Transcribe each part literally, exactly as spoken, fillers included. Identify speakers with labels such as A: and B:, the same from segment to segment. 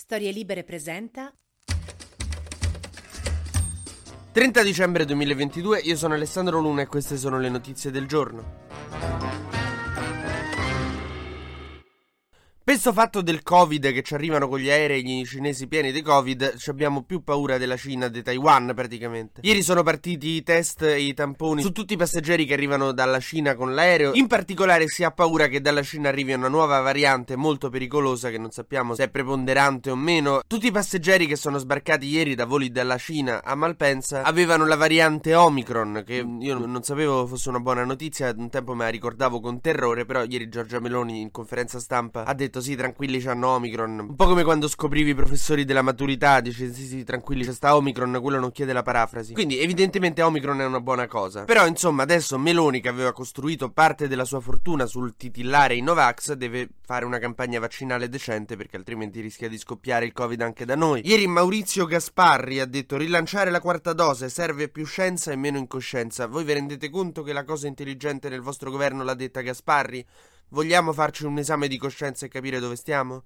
A: Storie Libere presenta
B: trenta dicembre duemilaventidue, io sono Alessandro Luna e queste sono le notizie del giorno. Per sto fatto del Covid che ci arrivano con gli aerei cinesi pieni di Covid, ci abbiamo più paura della Cina, di Taiwan praticamente. Ieri sono partiti i test e i tamponi su tutti i passeggeri che arrivano dalla Cina con l'aereo. In particolare si ha paura che dalla Cina arrivi una nuova variante molto pericolosa che non sappiamo se è preponderante o meno. Tutti i passeggeri che sono sbarcati ieri da voli dalla Cina a Malpensa avevano la variante Omicron, che io non sapevo fosse una buona notizia, un tempo me la ricordavo con terrore, però ieri Giorgia Meloni in conferenza stampa ha detto sì, tranquilli, c'hanno Omicron. Un po' come quando scoprivi i professori della maturità, dici sì sì tranquilli, c'è sta Omicron, quello non chiede la parafrasi. Quindi evidentemente Omicron è una buona cosa. Però insomma adesso Meloni, che aveva costruito parte della sua fortuna sul titillare i Novax, deve fare una campagna vaccinale decente, perché altrimenti rischia di scoppiare il Covid anche da noi. Ieri Maurizio Gasparri ha detto: rilanciare la quarta dose, serve più scienza e meno incoscienza. Voi vi rendete conto che la cosa intelligente nel vostro governo l'ha detta Gasparri? Vogliamo farci un esame di coscienza e capire dove stiamo?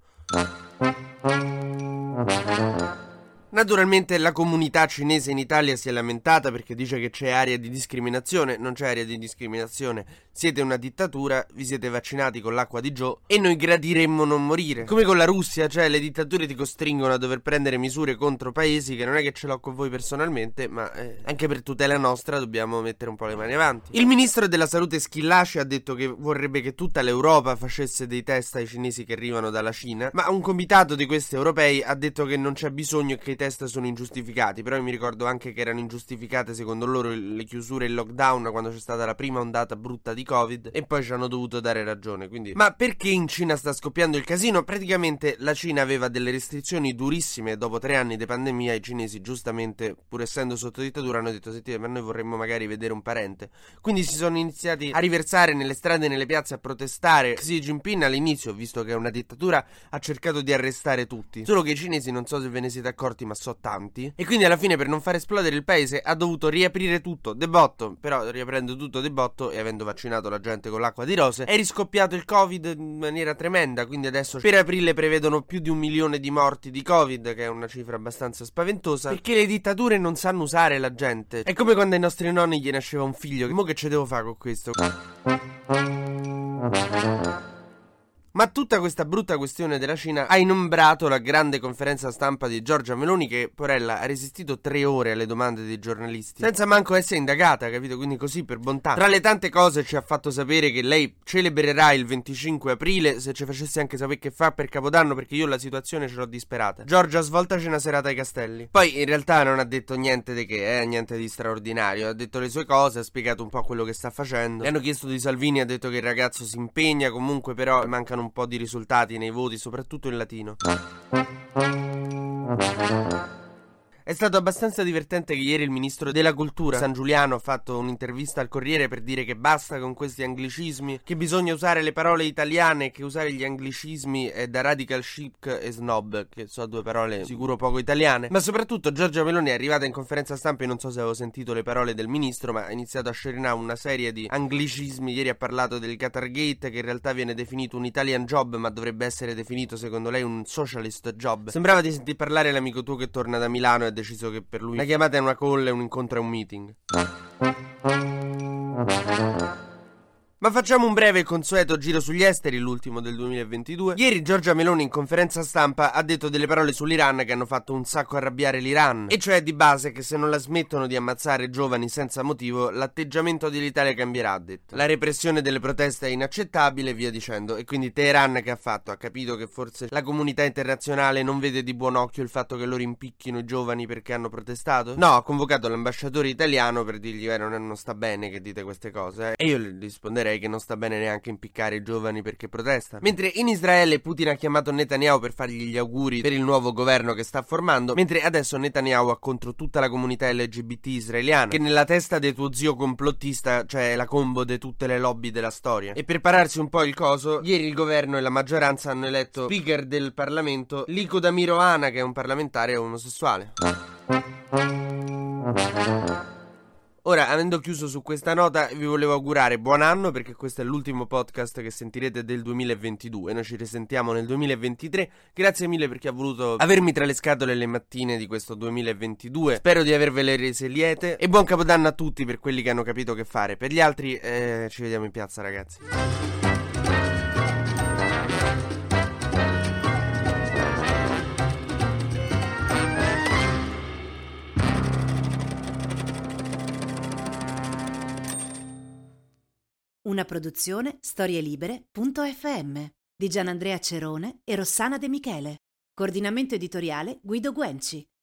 B: Naturalmente la comunità cinese in Italia si è lamentata perché dice che c'è area di discriminazione. Non c'è area di discriminazione. Siete una dittatura, vi siete vaccinati con l'acqua di Joe e noi gradiremmo non morire. Come con la Russia, cioè le dittature ti costringono a dover prendere misure contro paesi che non è che ce l'ho con voi personalmente, ma eh, anche per tutela nostra dobbiamo mettere un po' le mani avanti. Il ministro della salute Schillaci ha detto che vorrebbe che tutta l'Europa facesse dei test ai cinesi che arrivano dalla Cina, ma un comitato di questi europei ha detto che non c'è bisogno e che i test sono ingiustificati. Però io mi ricordo anche che erano ingiustificate secondo loro le chiusure e il lockdown quando c'è stata la prima ondata brutta di Covid, e poi ci hanno dovuto dare ragione. Quindi, ma perché in Cina sta scoppiando il casino? Praticamente la Cina aveva delle restrizioni durissime e dopo tre anni di pandemia i cinesi, giustamente, pur essendo sotto dittatura, hanno detto: sentite, ma noi vorremmo magari vedere un parente. Quindi si sono iniziati a riversare nelle strade e nelle piazze a protestare. Xi Jinping all'inizio, visto che è una dittatura, ha cercato di arrestare tutti, solo che i cinesi, non so se ve ne siete accorti, ma so tanti, e quindi alla fine, per non far esplodere il paese, ha dovuto riaprire tutto de botto. Però riaprendo tutto de botto e avendo vaccinato la gente con l'acqua di rose, è riscoppiato il Covid in maniera tremenda. Quindi adesso per aprile prevedono più di un milione di morti di Covid, che è una cifra abbastanza spaventosa, perché le dittature non sanno usare la gente. È come quando ai nostri nonni gli nasceva un figlio. Mo che ce devo fare con questo? Ma tutta questa brutta questione della Cina ha inombrato la grande conferenza stampa di Giorgia Meloni, che, porella, ha resistito tre ore alle domande dei giornalisti senza manco essere indagata, capito? Quindi così, per bontà. Tra le tante cose ci ha fatto sapere che lei celebrerà il venticinque aprile, se ci facesse anche sapere che fa per Capodanno, perché io la situazione ce l'ho disperata. Giorgia, svoltaci una serata ai castelli. Poi in realtà non ha detto niente di che, eh, niente di straordinario. Ha detto le sue cose, ha spiegato un po' quello che sta facendo. Le hanno chiesto di Salvini, ha detto che il ragazzo si impegna comunque, però mancano un po' di risultati nei voti, soprattutto in latino. È stato abbastanza divertente che ieri il ministro della cultura Sangiuliano ha fatto un'intervista al Corriere per dire che basta con questi anglicismi, che bisogna usare le parole italiane, che usare gli anglicismi è da radical chic e snob, che so due parole sicuro poco italiane. Ma soprattutto Giorgia Meloni è arrivata in conferenza stampa e non so se avevo sentito le parole del ministro, ma ha iniziato a scerinare una serie di anglicismi. Ieri ha parlato del Qatargate, che in realtà viene definito un Italian job, ma dovrebbe essere definito secondo lei un socialist job. Sembrava di sentir parlare l'amico tuo che torna da Milano e ha deciso che per lui la chiamata è una call e un incontro è un meeting. Ma facciamo un breve e consueto giro sugli esteri, l'ultimo del duemilaventidue. Ieri Giorgia Meloni in conferenza stampa ha detto delle parole sull'Iran che hanno fatto un sacco arrabbiare l'Iran, e cioè di base che se non la smettono di ammazzare giovani senza motivo, l'atteggiamento dell'Italia cambierà, ha detto. La repressione delle proteste è inaccettabile e via dicendo. E quindi Teheran che ha fatto? Ha capito che forse la comunità internazionale non vede di buon occhio il fatto che loro impicchino i giovani perché hanno protestato? No, ha convocato l'ambasciatore italiano per dirgli: eh, non, non sta bene che dite queste cose, eh. E io le risponderei che non sta bene neanche impiccare i giovani perché protestano. Mentre in Israele Putin ha chiamato Netanyahu per fargli gli auguri per il nuovo governo che sta formando, mentre adesso Netanyahu ha contro tutta la comunità L G B T israeliana, che nella testa di tuo zio complottista c'è la combo di tutte le lobby della storia. E per pararsi un po' il coso, ieri il governo e la maggioranza hanno eletto speaker del Parlamento Lico Damiro Ana, che è un parlamentare omosessuale. Ora, avendo chiuso su questa nota, vi volevo augurare buon anno, perché questo è l'ultimo podcast che sentirete del duemilaventidue. Noi ci risentiamo nel duemilaventitré. Grazie mille per chi ha voluto avermi tra le scatole le mattine di questo duemilaventidue. Spero di avervele rese liete. E buon Capodanno a tutti per quelli che hanno capito che fare. Per gli altri, eh, ci vediamo in piazza, ragazzi.
A: Una produzione storielibere punto effe emme di Gianandrea Cerone e Rossana De Michele. Coordinamento editoriale Guido Guenci.